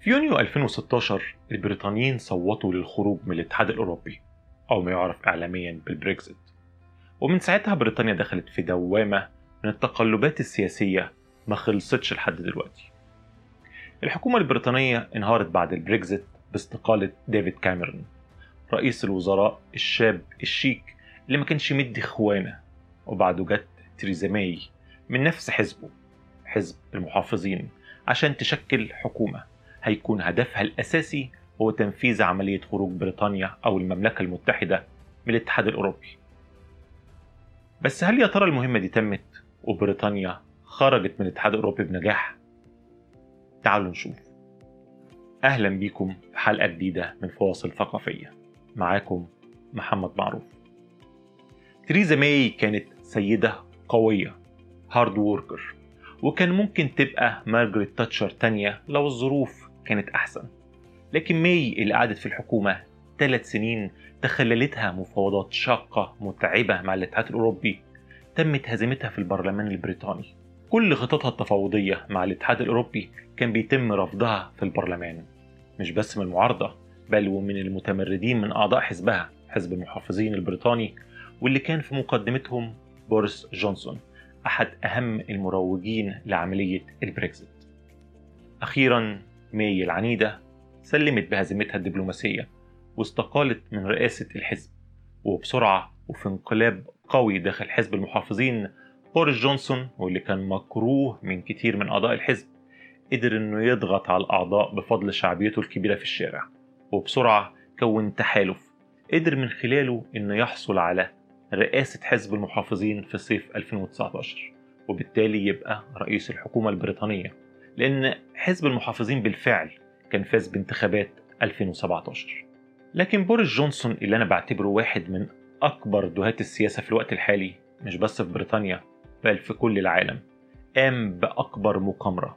في يونيو 2016 البريطانيين صوتوا للخروج من الاتحاد الأوروبي، أو ما يعرف إعلاميا بالبريكزيت. ومن ساعتها بريطانيا دخلت في دوامة من التقلبات السياسية ما خلصتش لحد دلوقتي. الحكومة البريطانية انهارت بعد البريكزيت باستقالة ديفيد كاميرون، رئيس الوزراء الشاب الشيك اللي ما كانش مدي خوانة، وبعده جت تريزا ماي من نفس حزبه، حزب المحافظين، عشان تشكل حكومة هيكون هدفها الأساسي هو تنفيذ عملية خروج بريطانيا أو المملكة المتحدة من الاتحاد الأوروبي. بس هل يا ترى المهمة دي تمت وبريطانيا خرجت من الاتحاد الأوروبي بنجاح؟ تعالوا نشوف. أهلا بيكم في حلقة جديدة من فواصل ثقافية، معاكم محمد معروف. تريزا ماي كانت سيدة قوية، هارد ووركر، وكان ممكن تبقى مارغريت تاتشر تانية لو الظروف كانت أحسن. لكن ماي اللي قعدت في الحكومة 3 سنين تخللتها مفاوضات شاقة متعبة مع الاتحاد الأوروبي، تمت هزيمتها في البرلمان البريطاني. كل خططها التفاوضية مع الاتحاد الأوروبي كان بيتم رفضها في البرلمان، مش بس من المعارضة بل ومن المتمردين من أعضاء حزبها، حزب المحافظين البريطاني، واللي كان في مقدمتهم بوريس جونسون، أحد أهم المروجين لعملية البريكزيت. أخيرا ماي العنيدة سلمت بهزيمتها الدبلوماسية واستقالت من رئاسة الحزب، وبسرعة وفي انقلاب قوي داخل حزب المحافظين، بوريس جونسون واللي كان مكروه من كتير من أعضاء الحزب قدر إنه يضغط على الأعضاء بفضل شعبيته الكبيرة في الشارع، وبسرعة كون تحالف قدر من خلاله إنه يحصل على رئاسة حزب المحافظين في صيف 2019، وبالتالي يبقى رئيس الحكومة البريطانية، لأن حزب المحافظين بالفعل كان فاز بانتخابات 2017. لكن بوريس جونسون اللي أنا بعتبره واحد من أكبر دهاة السياسة في الوقت الحالي، مش بس في بريطانيا بل في كل العالم، قام بأكبر مقامرة،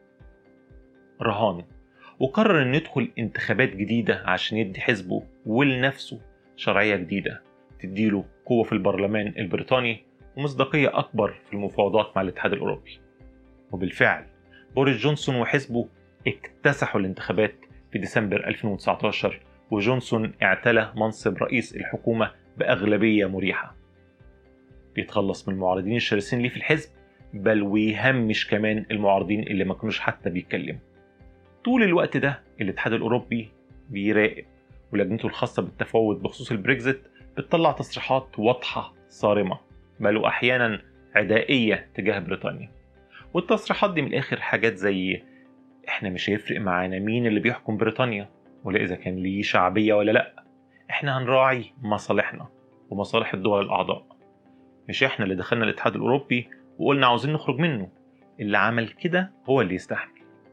رهان، وقرر أن يدخل انتخابات جديدة عشان يدي حزبه ولنفسه شرعية جديدة تديله قوة في البرلمان البريطاني ومصداقية أكبر في المفاوضات مع الاتحاد الأوروبي. وبالفعل بوريس جونسون وحزبه اكتسحوا الانتخابات في ديسمبر 2019، وجونسون اعتلى منصب رئيس الحكومة بأغلبية مريحة، بيتخلص من المعارضين الشرسين ليه في الحزب، بل ويهمش كمان المعارضين اللي ما كانوش حتى بيتكلموا. طول الوقت ده الاتحاد الأوروبي بيراقب، ولجنته الخاصة بالتفاوض بخصوص البريكزيت بتطلع تصريحات واضحة صارمة، بل وأحيانا عدائية تجاه بريطانيا. والتصريحات دي من الآخر حاجات زي إحنا مش هيفرق معانا مين اللي بيحكم بريطانيا ولا إذا كان ليه شعبية ولا لأ، إحنا هنراعي مصالحنا ومصالح الدول الأعضاء، مش إحنا اللي دخلنا الاتحاد الأوروبي وقلنا عاوزين نخرج منه، اللي عمل كده هو اللي يستحمل.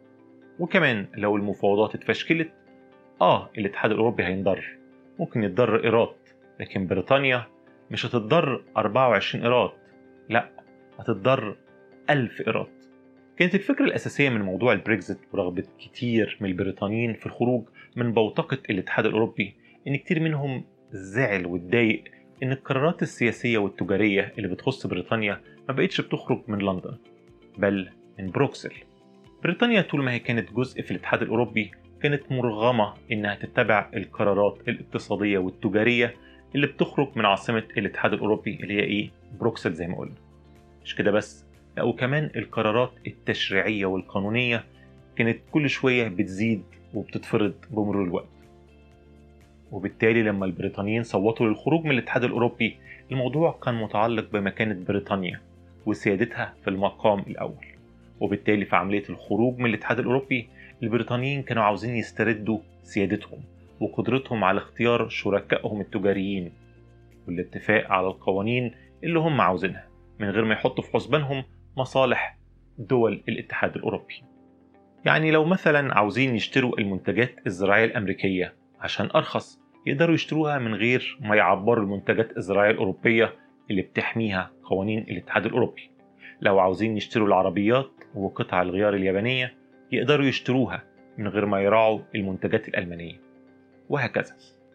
وكمان لو المفاوضات اتفشكلت الاتحاد الأوروبي هينضر، ممكن يتضر إيراد، لكن بريطانيا مش هتتضر 24 إيراد، لا، هتتضر 1000 إيراد. كانت الفكرة الأساسية من موضوع البريكزيت ورغبة كتير من البريطانيين في الخروج من بوتقة الاتحاد الأوروبي إن كتير منهم زعل واتضايق إن القرارات السياسية والتجارية اللي بتخص بريطانيا ما بقتش بتخرج من لندن بل من بروكسل. بريطانيا طول ما هي كانت جزء في الاتحاد الأوروبي كانت مرغمة إنها تتبع القرارات الاقتصادية والتجارية اللي بتخرج من عاصمة الاتحاد الأوروبي اللي هي بروكسل زي ما قلنا. مش كده بس، لا، وكمان القرارات التشريعية والقانونية كانت كل شوية بتزيد وبتتفرض بمرور الوقت. وبالتالي لما البريطانيين صوتوا للخروج من الاتحاد الأوروبي، الموضوع كان متعلق بمكانة بريطانيا وسيادتها في المقام الأول. وبالتالي في عملية الخروج من الاتحاد الأوروبي البريطانيين كانوا عاوزين يستردوا سيادتهم وقدرتهم على اختيار شركائهم التجاريين والاتفاق على القوانين اللي هم عاوزينها من غير ما يحطوا في حسبانهم مصالح دول الاتحاد الأوروبي. يعني لو مثلا عاوزين يشتروا المنتجات الزراعية الأمريكية عشان أرخص، يقدروا يشتروها من غير ما يعبروا المنتجات الزراعية الأوروبية اللي بتحميها قوانين الاتحاد الأوروبي. لو عاوزين يشتروا العربيات وقطع الغيار اليابانية، يقدروا يشتروها من غير ما يراعوا المنتجات الألمانية، وهكذا.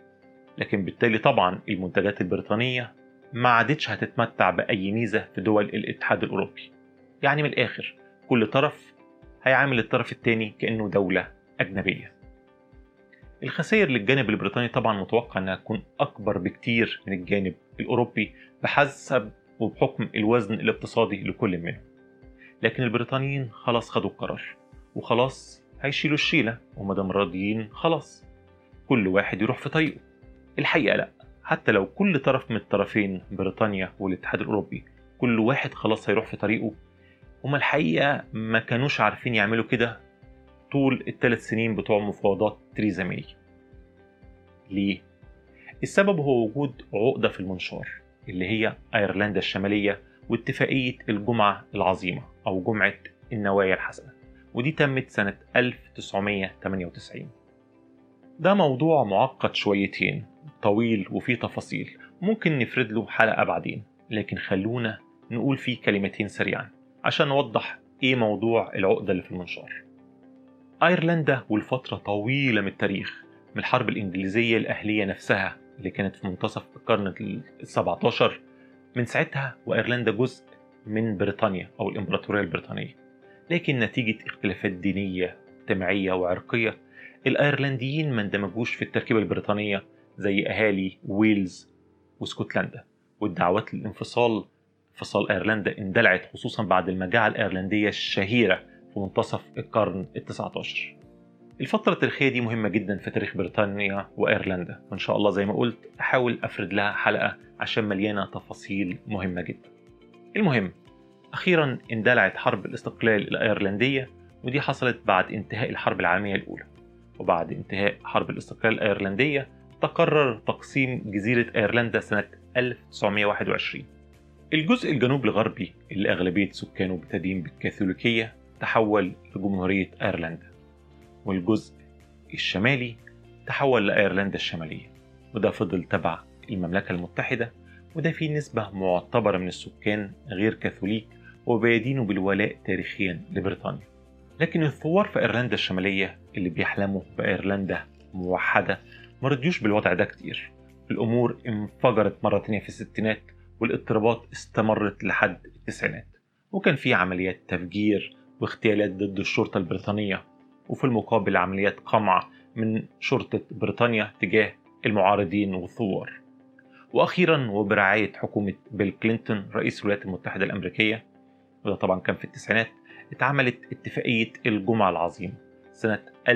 لكن بالتالي طبعا المنتجات البريطانية ما عادتش هتتمتع بأي ميزة في دول الاتحاد الأوروبي. يعني من الآخر كل طرف هيعامل الطرف التاني كأنه دولة أجنبية. الخسائر للجانب البريطاني طبعا متوقع أنها تكون أكبر بكتير من الجانب الأوروبي بحسب وبحكم الوزن الاقتصادي لكل منهم، لكن البريطانيين خلاص خدوا القرار وخلاص هيشيلوا الشيلة، ومدام راضيين خلاص كل واحد يروح في طريقه. الحقيقة لأ، حتى لو كل طرف من الطرفين بريطانيا والاتحاد الأوروبي كل واحد خلاص هيروح في طريقه، هما الحقيقة ما كانوش عارفين يعملوا كده طول ال3 سنين بتوع مفاوضات تريزا ماي. ليه؟ السبب هو وجود عقدة في المنشار اللي هي أيرلندا الشمالية واتفاقية الجمعة العظيمة أو جمعة النوايا الحسنة، ودي تمت سنة 1998. ده موضوع معقد شويتين، طويل وفيه تفاصيل ممكن نفرد له حلقة بعدين، لكن خلونا نقول فيه كلمتين سريعا عشان نوضح ايه موضوع العقدة اللي في المنشار. أيرلندا والفترة طويلة من التاريخ، من الحرب الإنجليزية الأهلية نفسها اللي كانت في منتصف القرن ال17، من ساعتها وأيرلندا جزء من بريطانيا أو الإمبراطورية البريطانية، لكن نتيجة اختلافات دينية اجتماعية وعرقية الأيرلنديين ما اندمجوش في التركيبة البريطانية زي أهالي ويلز واسكتلندا، والدعوات للانفصال انفصال أيرلندا اندلعت خصوصا بعد المجاعة الأيرلندية الشهيرة في منتصف القرن ال19. الفترة التاريخية دي مهمة جدا في تاريخ بريطانيا وأيرلندا، وإن شاء الله زي ما قلت أحاول أفرد لها حلقة عشان مليانة تفاصيل مهمة جدا. المهم، أخيرا اندلعت حرب الاستقلال الأيرلندية، ودي حصلت بعد انتهاء الحرب العالمية الأولى. وبعد انتهاء حرب الاستقلال الأيرلندية تقرر تقسيم جزيرة أيرلندا سنة 1921. الجزء الجنوب الغربي اللي أغلبية سكانه بتدين بالكاثوليكية تحول لجمهورية أيرلندا، والجزء الشمالي تحول لأيرلندا الشمالية، وده فضل تبع المملكة المتحدة، وده فيه نسبة معتبرة من السكان غير كاثوليك وبيدينوا بالولاء تاريخيا لبريطانيا. لكن الثوار في أيرلندا الشمالية اللي بيحلموا بأيرلندا موحدة ما رضيوش بالوضع ده كتير. الأمور انفجرت مرة تانية في الستينات، والاضطرابات استمرت لحد التسعينات، وكان في عمليات تفجير واغتيالات ضد الشرطة البريطانية، وفي المقابل عمليات قمع من شرطة بريطانيا تجاه المعارضين والثوار. وأخيرا وبرعاية حكومة بيل كلينتون رئيس الولايات المتحدة الأمريكية، وده طبعا كان في التسعينات، اتعملت اتفاقية الجمعة العظيمة سنة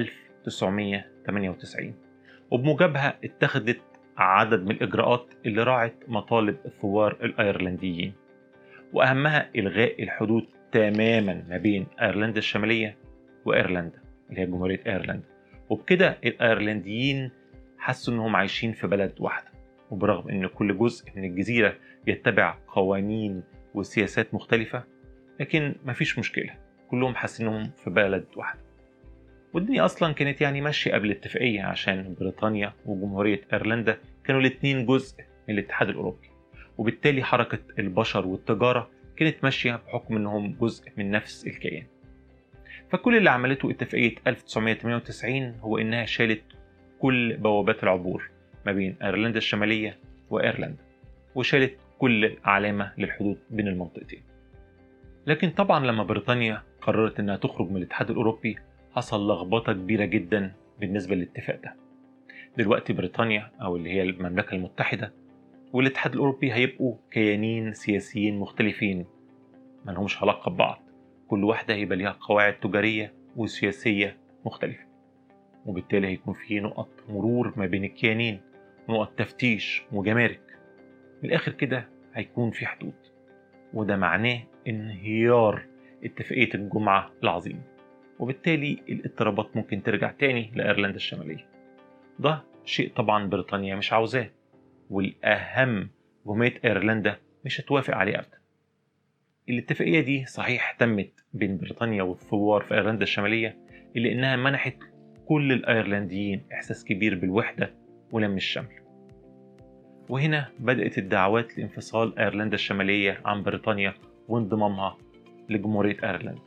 1998، وبموجبها اتخذت عدد من الإجراءات اللي راعت مطالب الثوار الأيرلنديين، وأهمها إلغاء الحدود تماما ما بين أيرلندا الشمالية وأيرلندا اللي هي جمهورية أيرلندا. وبكده الأيرلنديين حسوا أنهم عايشين في بلد واحدة، وبرغم أن كل جزء من الجزيرة يتبع قوانين وسياسات مختلفة، لكن مفيش مشكلة، كلهم حاسين انهم في بلد واحدة. والدنيا اصلا كانت يعني ماشية قبل الاتفاقية، عشان بريطانيا وجمهورية ايرلندا كانوا الاتنين جزء من الاتحاد الاوروبي، وبالتالي حركة البشر والتجارة كانت ماشية بحكم انهم جزء من نفس الكيان. فكل اللي عملته اتفاقية 1998 هو انها شالت كل بوابات العبور ما بين ايرلندا الشمالية وايرلندا، وشالت كل علامة للحدود بين المنطقتين. لكن طبعا لما بريطانيا قررت انها تخرج من الاتحاد الاوروبي حصل لخبطة كبيرة جدا بالنسبة للاتفاق ده. دلوقتي بريطانيا او اللي هي المملكة المتحدة والاتحاد الاوروبي هيبقوا كيانين سياسيين مختلفين ملهمش علاقة ببعض، كل واحدة هيبقى ليها قواعد تجارية وسياسية مختلفة، وبالتالي هيكون في نقط مرور ما بين الكيانين، نقط تفتيش وجمارك. من الاخر كده هيكون في حدود، وده معناه انهيار اتفاقية الجمعة العظيمة، وبالتالي الاضطرابات ممكن ترجع تاني لأيرلندا الشمالية. ده شيء طبعا بريطانيا مش عاوزاه، والأهم جمهورية أيرلندا مش هتوافق عليه أبدا. الاتفاقية دي صحيح تمت بين بريطانيا والثوار في أيرلندا الشمالية، إلا إنها منحت كل الأيرلنديين إحساس كبير بالوحدة ولم الشمل. وهنا بدأت الدعوات لانفصال أيرلندا الشمالية عن بريطانيا وانضمامها لجمهورية أيرلندا.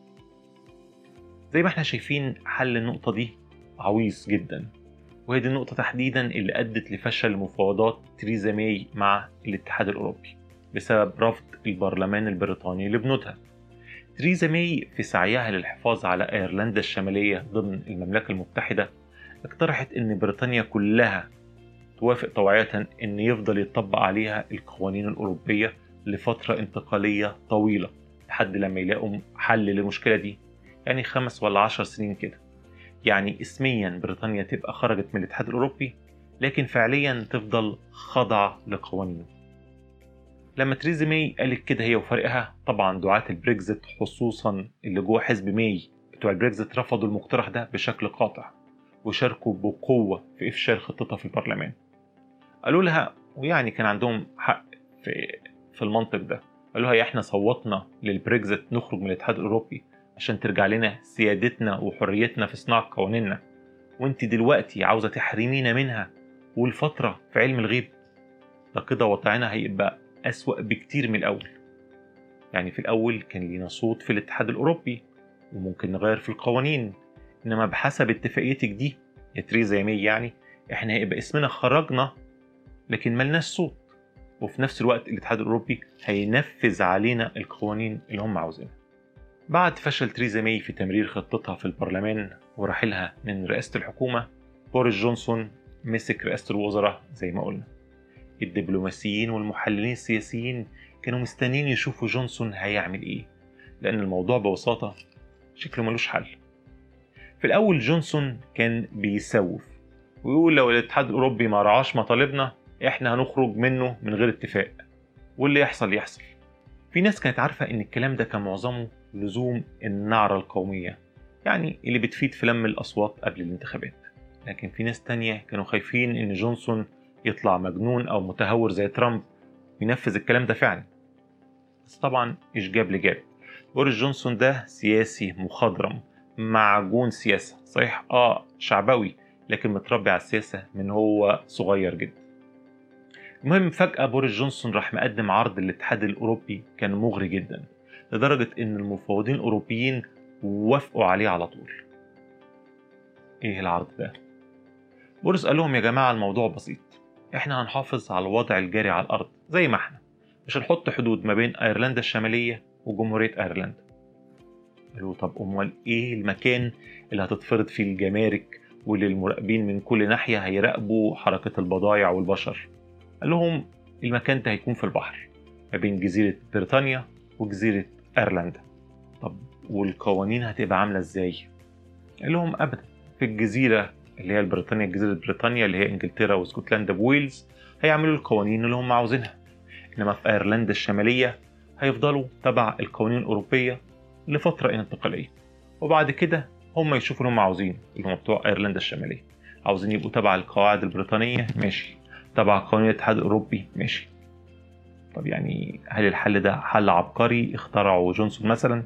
زي ما احنا شايفين حل النقطة دي عويص جدا، وهي دي النقطة تحديدا اللي أدت لفشل مفاوضات تريزا ماي مع الاتحاد الأوروبي بسبب رفض البرلمان البريطاني لبنودها. تريزا ماي في سعيها للحفاظ على أيرلندا الشمالية ضمن المملكة المتحدة اقترحت إن بريطانيا كلها توافق طوعية إن يفضل يطبق عليها القوانين الأوروبية لفترة انتقالية طويلة لحد لما يلاقوا حل للمشكلة دي، يعني 5 ولا 10 سنين كده. يعني اسميا بريطانيا تبقى خرجت من الاتحاد الأوروبي، لكن فعليا تفضل خاضعة لقوانينه. لما تريزا ماي قالت كده هي وفريقها، طبعا دعاة البريكزيت خصوصا اللي جوه حزب ماي بتوع البريكزيت رفضوا المقترح ده بشكل قاطع، وشاركوا بقوة في إفشال خطتها في البرلمان. قالوا لها، ويعني كان عندهم حق في المنطق ده، قالوا لها احنا صوتنا للبريكزيت نخرج من الاتحاد الأوروبي عشان ترجع لنا سيادتنا وحريتنا في صناعة قوانيننا، وانت دلوقتي عاوزة تحرمينا منها والفترة في علم الغيب. ده كده وضعنا هيبقى أسوأ بكتير من الأول. يعني في الأول كان لينا صوت في الاتحاد الأوروبي وممكن نغير في القوانين، إنما بحسب اتفاقيتك دي يا تريزا ماي يعني إحنا هيبقى اسمنا خرجنا لكن ملناش صوت، وفي نفس الوقت الاتحاد الأوروبي هينفذ علينا القوانين اللي هم عاوزينها. بعد فشل تريزا ماي في تمرير خطتها في البرلمان ورحيلها من رئاسة الحكومة، بوريس جونسون مسك رئاسة الوزراء زي ما قلنا. الدبلوماسيين والمحللين السياسيين كانوا مستنيين يشوفوا جونسون هيعمل ايه، لأن الموضوع ببساطة شكله ملوش حل. في الأول جونسون كان بيسوف ويقول لو الاتحاد الأوروبي ما رعاش مطالبنا احنا هنخرج منه من غير اتفاق، واللي يحصل يحصل. في ناس كانت عارفة ان الكلام ده كان معظمه لزوم النعرة القومية، يعني اللي بتفيد في لم الأصوات قبل الانتخابات. لكن في ناس تانية كانوا خايفين ان جونسون يطلع مجنون أو متهور زي ترامب وينفذ الكلام ده فعلا. بس طبعا إيش جاب لجاب، بوريس جونسون ده سياسي مخضرم معجون سياسة، صحيح شعبوي لكن متربي على السياسة من هو صغير جدا. المهم فجأة بوريس جونسون راح مقدم عرض للاتحاد الأوروبي كان مغري جدا، لدرجة إن المفوضين الأوروبيين وافقوا عليه على طول. إيه العرض ده؟ بوريس قال لهم يا جماعة الموضوع بسيط، إحنا هنحافظ على الوضع الجاري على الأرض زي ما إحنا، مش هنحط حدود ما بين أيرلندا الشمالية وجمهورية أيرلندا. قالوا طب أمال إيه المكان اللي هتتفرض فيه الجمارك واللي المراقبين من كل ناحية هيراقبوا حركة البضائع والبشر؟ قال لهم المكان ده هيكون في البحر ما بين جزيرة بريطانيا وجزيرة أيرلندا. طب والقوانين هتبقى عاملة إزاي؟ قال لهم أبدا، في الجزيرة اللي هي بريطانيا، جزيرة بريطانيا اللي هي إنجلترا واسكتلندا بويلز، هيعملوا القوانين اللي هم عاوزينها، إنما في أيرلندا الشمالية هيفضلوا تبع القوانين الأوروبية لفترة انتقالية، وبعد كده هم يشوفوا اللي هم عاوزين. اللي هم بتوع أيرلندا الشمالية عاوزين يبقوا تبع القواعد البريطانية، ماشي، تبع قوانين الاتحاد الأوروبي، ماشي. طب يعني هل الحل ده حل عبقري اخترعه جونسون مثلا؟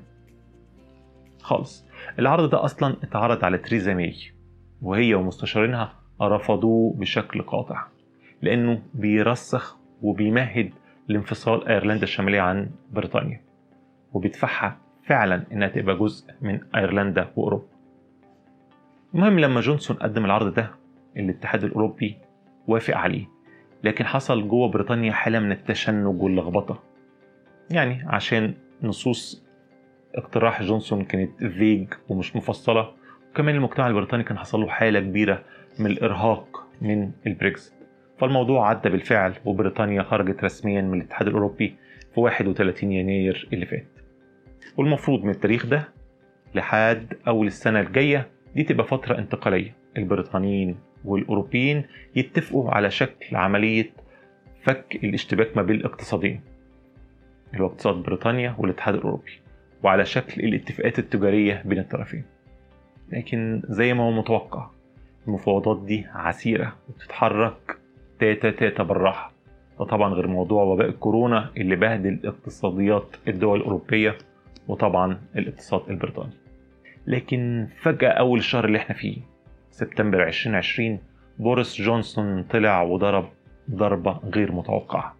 خالص. العرض ده أصلا اتعرض على تريزا ماي وهي ومستشارينها رفضوه بشكل قاطع، لأنه بيرسخ وبيمهد لانفصال أيرلندا الشمالية عن بريطانيا، وبيدفعها فعلا إنها تبقى جزء من أيرلندا وأوروبا. المهم لما جونسون قدم العرض ده الاتحاد الأوروبي وافق عليه، لكن حصل جوه بريطانيا حالة من التشنج واللخبطة، يعني عشان نصوص اقتراح جونسون كانت فيج ومش مفصلة، وكمان المجتمع البريطاني كان حصل له حالة كبيرة من الإرهاق من البريكزيت. فالموضوع عدى بالفعل وبريطانيا خرجت رسميا من الاتحاد الأوروبي في 31 يناير اللي فات. والمفروض من التاريخ ده لحد أول السنة الجاية دي تبقى فترة انتقالية، البريطانيين والأوروبيين يتفقوا على شكل عملية فك الاشتباك ما بين الاقتصادين اللي هو اقتصاد بريطانيا والاتحاد الأوروبي، وعلى شكل الاتفاقات التجارية بين الطرفين. لكن زي ما هو متوقع المفاوضات دي عسيرة وبتتحرك تاتا بالراحة، وطبعا غير موضوع وباء الكورونا اللي بهدل اقتصاديات الدول الأوروبية وطبعا الاقتصاد البريطاني. لكن فجأة أول الشهر اللي احنا فيه سبتمبر 2020 بوريس جونسون طلع وضرب ضربة غير متوقعة.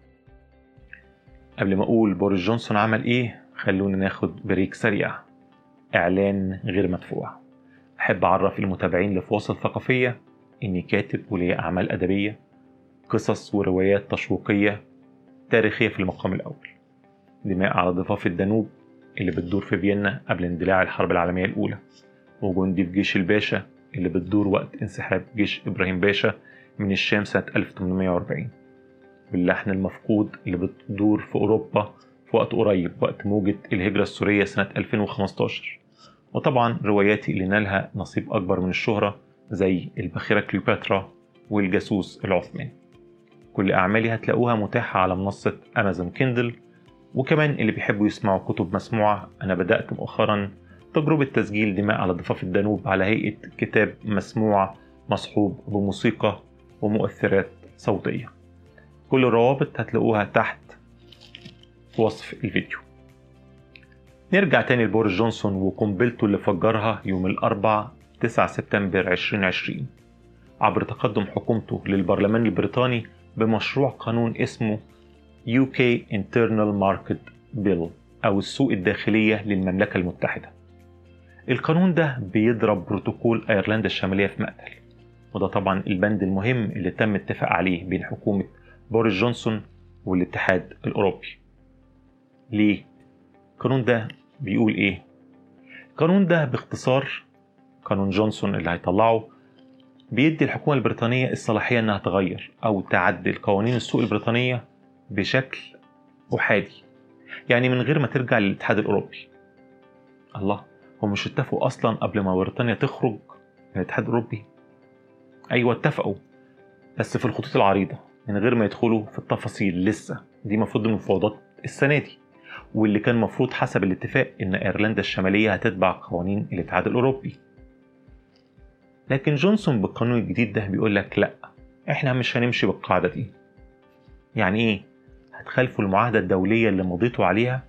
قبل ما أقول بوريس جونسون عمل إيه، خلونا ناخد بريك سريع. إعلان غير مدفوع. أحب أعرف المتابعين لفواصل ثقافية إني كاتب ولي أعمال أدبية، قصص وروايات تشويقية تاريخية في المقام الأول. دماء على ضفاف الدانوب اللي بتدور في فيينا قبل اندلاع الحرب العالمية الأولى، وجندي في جيش الباشا اللي بتدور وقت انسحاب جيش إبراهيم باشا من الشام سنة 1840، واللحن المفقود اللي بتدور في أوروبا في وقت قريب وقت موجة الهجرة السورية سنة 2015، وطبعا رواياتي اللي نالها نصيب أكبر من الشهرة زي الباخرة كليوباترا والجاسوس العثماني. كل أعمالي هتلاقوها متاحة على منصة أمازون كيندل. وكمان اللي بيحبوا يسمعوا كتب مسموعة، أنا بدأت مؤخرا تجربة تسجيل دماء على ضفاف الدانوب على هيئة كتاب مسموع مصحوب بموسيقى ومؤثرات صوتية. كل الروابط هتلاقوها تحت في وصف الفيديو. نرجع تاني لبوريس جونسون وقنبلته اللي فجرها يوم الأربعاء 9 سبتمبر 2020 عبر تقدم حكومته للبرلمان البريطاني بمشروع قانون اسمه UK Internal Market Bill أو السوق الداخلية للمملكة المتحدة. القانون ده بيضرب بروتوكول أيرلندا الشمالية في مقتل، وده طبعا البند المهم اللي تم اتفاق عليه بين حكومة بوريس جونسون والاتحاد الأوروبي. ليه؟ القانون ده بيقول إيه؟ القانون ده باختصار قانون جونسون اللي هيطلعه بيدي الحكومة البريطانية الصلاحية إنها تغير أو تعدل قوانين السوق البريطانية بشكل أحادي، يعني من غير ما ترجع للاتحاد الأوروبي. الله، هم مش اتفقوا أصلا قبل ما بريطانيا تخرج من الاتحاد الأوروبي؟ أيوة اتفقوا، بس في الخطوط العريضة من غير ما يدخلوا في التفاصيل. لسه دي مفروض المفاوضات السنة دي، واللي كان مفروض حسب الاتفاق إن أيرلندا الشمالية هتتبع قوانين الاتحاد الأوروبي. لكن جونسون بالقانون الجديد ده بيقول لك لأ، إحنا مش هنمشي بالقاعدة دي. يعني إيه؟ هتخالفوا المعاهدة الدولية اللي مضيتوا عليها؟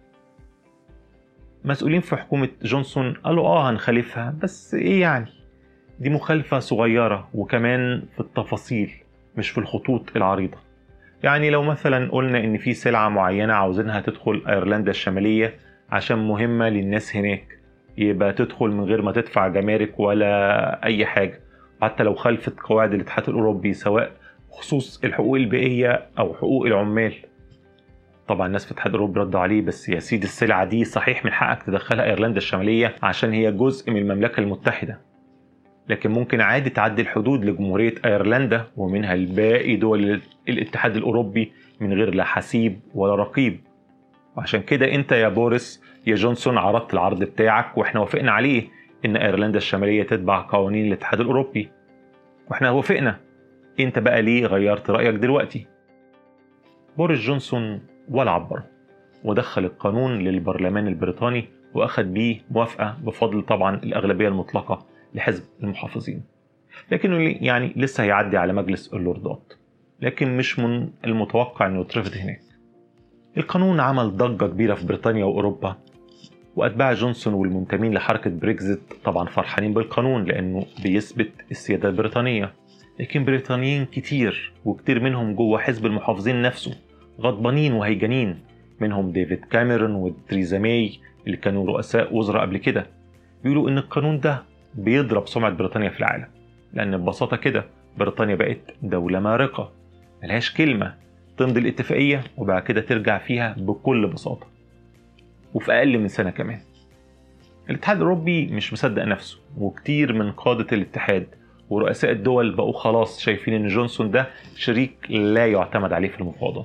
مسؤولين في حكومة جونسون قالوا هنخالفها، بس إيه يعني؟ دي مخالفة صغيرة وكمان في التفاصيل مش في الخطوط العريضة. يعني لو مثلا قلنا إن في سلعة معينة عاوزينها تدخل أيرلندا الشمالية عشان مهمة للناس هناك، يبقى تدخل من غير ما تدفع جمارك ولا أي حاجة، حتى لو خالفت قواعد الاتحاد الأوروبي سواء خصوص الحقوق البيئية أو حقوق العمال. طبعا الناس في الاتحاد الأوروبي ردوا عليه، بس يا سيدي السلعة دي صحيح من حقك تدخلها أيرلندا الشمالية عشان هي جزء من المملكة المتحدة، لكن ممكن عادي تعدي الحدود لجمهورية أيرلندا ومنها الباقي دول الاتحاد الأوروبي من غير لا حسيب ولا رقيب. وعشان كده انت يا بوريس يا جونسون عرضت العرض بتاعك واحنا وافقنا عليه ان أيرلندا الشمالية تتبع قوانين الاتحاد الأوروبي، واحنا وافقنا. انت بقى ليه غيرت رأيك دلوقتي؟ بوريس جونسون ولا عبره، ودخل القانون للبرلمان البريطاني وأخذ بيه موافقة بفضل طبعا الأغلبية المطلقة لحزب المحافظين، لكنه يعني لسه هيعدي على مجلس اللوردات، لكن مش من المتوقع انه يترفض هناك. القانون عمل ضجة كبيرة في بريطانيا وأوروبا، وأتباع جونسون والمنتمين لحركة بريكزيت طبعا فرحانين بالقانون لأنه بيثبت السيادة البريطانية، لكن بريطانيين كتير وكتير منهم جوه حزب المحافظين نفسه غضبانين وهيجانين، منهم ديفيد كاميرون وتريزا ماي اللي كانوا رؤساء وزراء قبل كده، بيقولوا إن القانون ده بيضرب سمعة بريطانيا في العالم، لأن ببساطة كده بريطانيا بقت دولة مارقة ملهاش كلمة، تمضي الاتفاقية وبعد كده ترجع فيها بكل بساطة وفي أقل من سنة كمان. الاتحاد الأوروبي مش مصدق نفسه، وكتير من قادة الاتحاد ورؤساء الدول بقوا خلاص شايفين إن جونسون ده شريك لا يعتمد عليه في المفاوضات.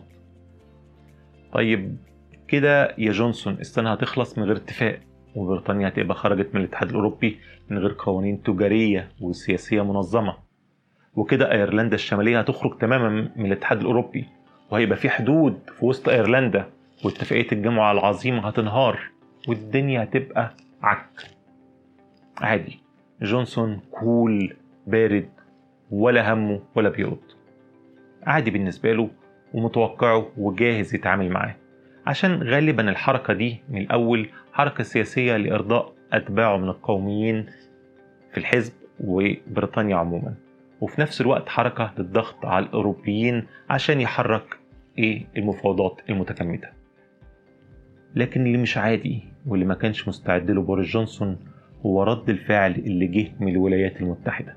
طيب كده يا جونسون السنة هتخلص من غير اتفاق، وبريطانيا هتبقى خرجت من الاتحاد الأوروبي من غير قوانين تجارية وسياسية منظمة، وكده أيرلندا الشمالية هتخرج تماما من الاتحاد الأوروبي، وهيبقى في حدود في وسط أيرلندا، واتفاقية الجمعة العظيمة هتنهار، والدنيا هتبقى عك. عادي، جونسون كول بارد ولا همه ولا بيرد، عادي بالنسبة له ومتوقعه وجاهز يتعامل معاه، عشان غالبا الحركة دي من الأول حركة سياسية لإرضاء أتباعه من القوميين في الحزب وبريطانيا عموما، وفي نفس الوقت حركة للضغط على الأوروبيين عشان يحرك المفاوضات المتكمدة. لكن اللي مش عادي واللي ما كانش مستعد له بوريس جونسون هو رد الفعل اللي جه من الولايات المتحدة.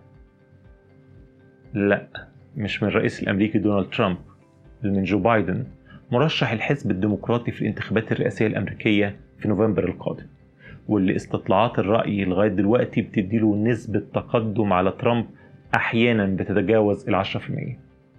لا، مش من الرئيس الأمريكي دونالد ترامب، بل من جو بايدن مرشح الحزب الديمقراطي في الانتخابات الرئاسية الأمريكية في نوفمبر القادم، واللي استطلاعات الرأي لغاية دلوقتي بتديله نسبة تقدم على ترامب أحيانا بتتجاوز 10%.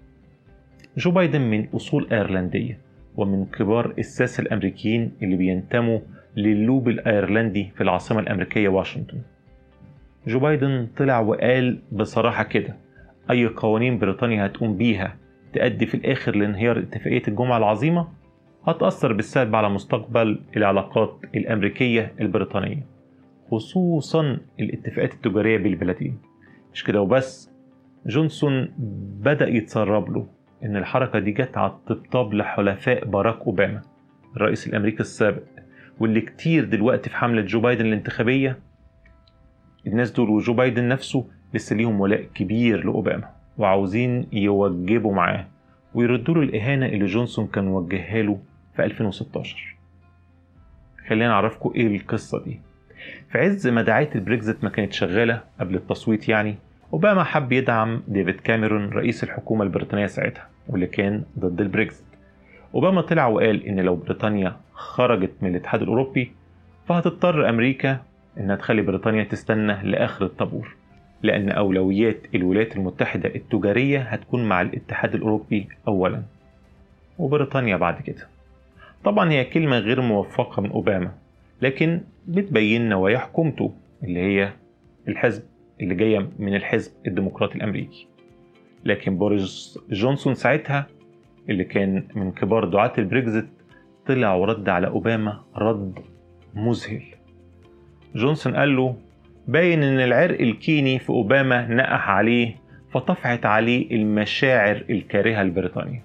جو بايدن من أصول أيرلندية ومن كبار الساسة الأمريكيين اللي بينتموا للوب الأيرلندي في العاصمة الأمريكية واشنطن. جو بايدن طلع وقال بصراحة كده أي قوانين بريطانيا هتقوم بيها تؤدي في الآخر لانهيار اتفاقية الجمعة العظيمة هتأثر بالسلب على مستقبل العلاقات الأمريكية البريطانية، خصوصا الاتفاقات التجارية بالبلدين. مش كده وبس، جونسون بدأ يتسرب له إن الحركة دي جت على الطبطاب لحلفاء باراك أوباما الرئيس الأمريكي السابق، واللي كتير دلوقتي في حملة جو بايدن الانتخابية الناس دول وجو بايدن نفسه لسه ليهم ولاء كبير لأوباما وعاوزين يوجبوا معاه ويردوا له الإهانة اللي جونسون كان وجهها له في 2016. خلينا نعرفكم إيه القصة دي. في عز ما دعاية البريكزيت ما كانت شغالة قبل التصويت أوباما حب يدعم ديفيد كاميرون رئيس الحكومة البريطانية ساعتها واللي كان ضد البريكزيت. أوباما طلع وقال إن لو بريطانيا خرجت من الاتحاد الأوروبي فهتضطر أمريكا إنها تخلي بريطانيا تستنى لآخر الطابور، لأن أولويات الولايات المتحدة التجارية هتكون مع الاتحاد الأوروبي أولا وبريطانيا بعد كده. طبعا هي كلمة غير موفقة من أوباما، لكن بتبين نوايا حكومته اللي هي الحزب اللي جاية من الحزب الديمقراطي الأمريكي. لكن بوريس جونسون ساعتها اللي كان من كبار دعاة البريكزيت طلع ورد على أوباما رد مذهل. جونسون قال له باين إن العرق الكيني في أوباما نقح عليه فطفعت عليه المشاعر الكارهة لبريطانيا.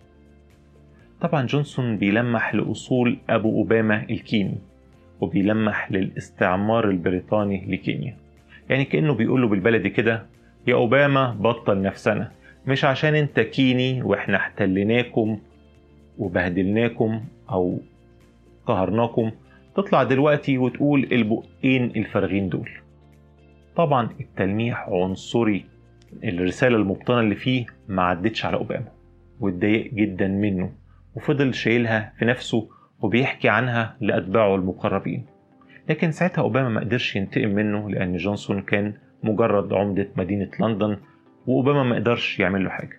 طبعا جونسون بيلمح لأصول أبو أوباما الكيني وبيلمح للاستعمار البريطاني لكينيا، يعني كأنه بيقوله بالبلدي كده يا أوباما بطل نفسنا، مش عشان انت كيني واحنا احتلناكم وبهدلناكم أو قهرناكم تطلع دلوقتي وتقول البقين الفارغين دول. طبعا التلميح عنصري، الرسالة المبطنة اللي فيه ما عدتش على أوباما واتضايق جدا منه وفضل شايلها في نفسه وبيحكي عنها لأتباعه المقربين. لكن ساعتها أوباما ما قدرش ينتقم منه لأن جونسون كان مجرد عمدة مدينة لندن وأوباما ما قدرش يعمل له حاجة.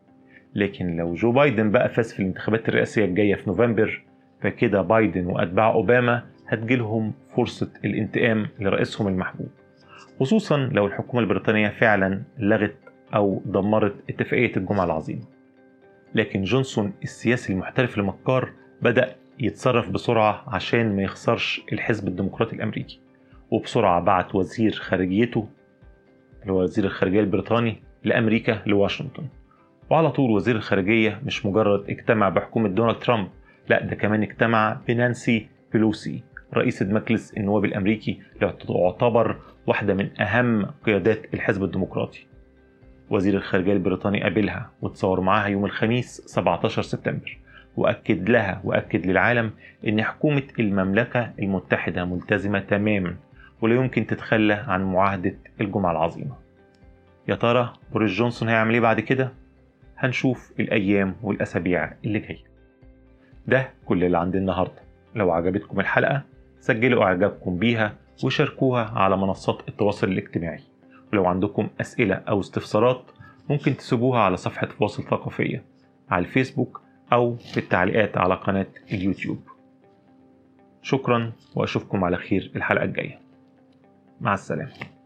لكن لو جو بايدن بقى فاز في الانتخابات الرئاسية الجاية في نوفمبر فكده بايدن وأتباع أوباما هتجيلهم فرصة الانتقام لرئيسهم المحبوب، خصوصا لو الحكومة البريطانية فعلا لغت أو دمرت اتفاقية الجمعة العظيمة. لكن جونسون السياسي المحترف المكار بدأ يتصرف بسرعة عشان ما يخسرش الحزب الديمقراطي الأمريكي، وبسرعة بعت وزير خارجيته اللي هو وزير الخارجية البريطاني لأمريكا لواشنطن. وعلى طول وزير الخارجية مش مجرد اجتمع بحكومة دونالد ترامب، لا ده كمان اجتمع بنانسي بيلوسي رئيسة مجلس النواب الأمريكي اللي تعتبر واحدة من أهم قيادات الحزب الديمقراطي. وزير الخارجية البريطاني قابلها وتصور معاها يوم الخميس 17 سبتمبر وأكد لها وأكد للعالم إن حكومة المملكة المتحدة ملتزمة تماما ولا يمكن تتخلى عن معاهدة الجمعة العظيمة. يا ترى بوريس جونسون هيعمل ايه بعد كده؟ هنشوف الأيام والأسابيع اللي جاية. ده كل اللي عندي النهاردة. لو عجبتكم الحلقة سجلوا إعجابكم بيها وشاركوها على منصات التواصل الاجتماعي، ولو عندكم أسئلة أو استفسارات ممكن تسيبوها على صفحة فواصل ثقافية على الفيسبوك أو في التعليقات على قناة اليوتيوب. شكرا وأشوفكم على خير الحلقة الجاية. مع السلامة.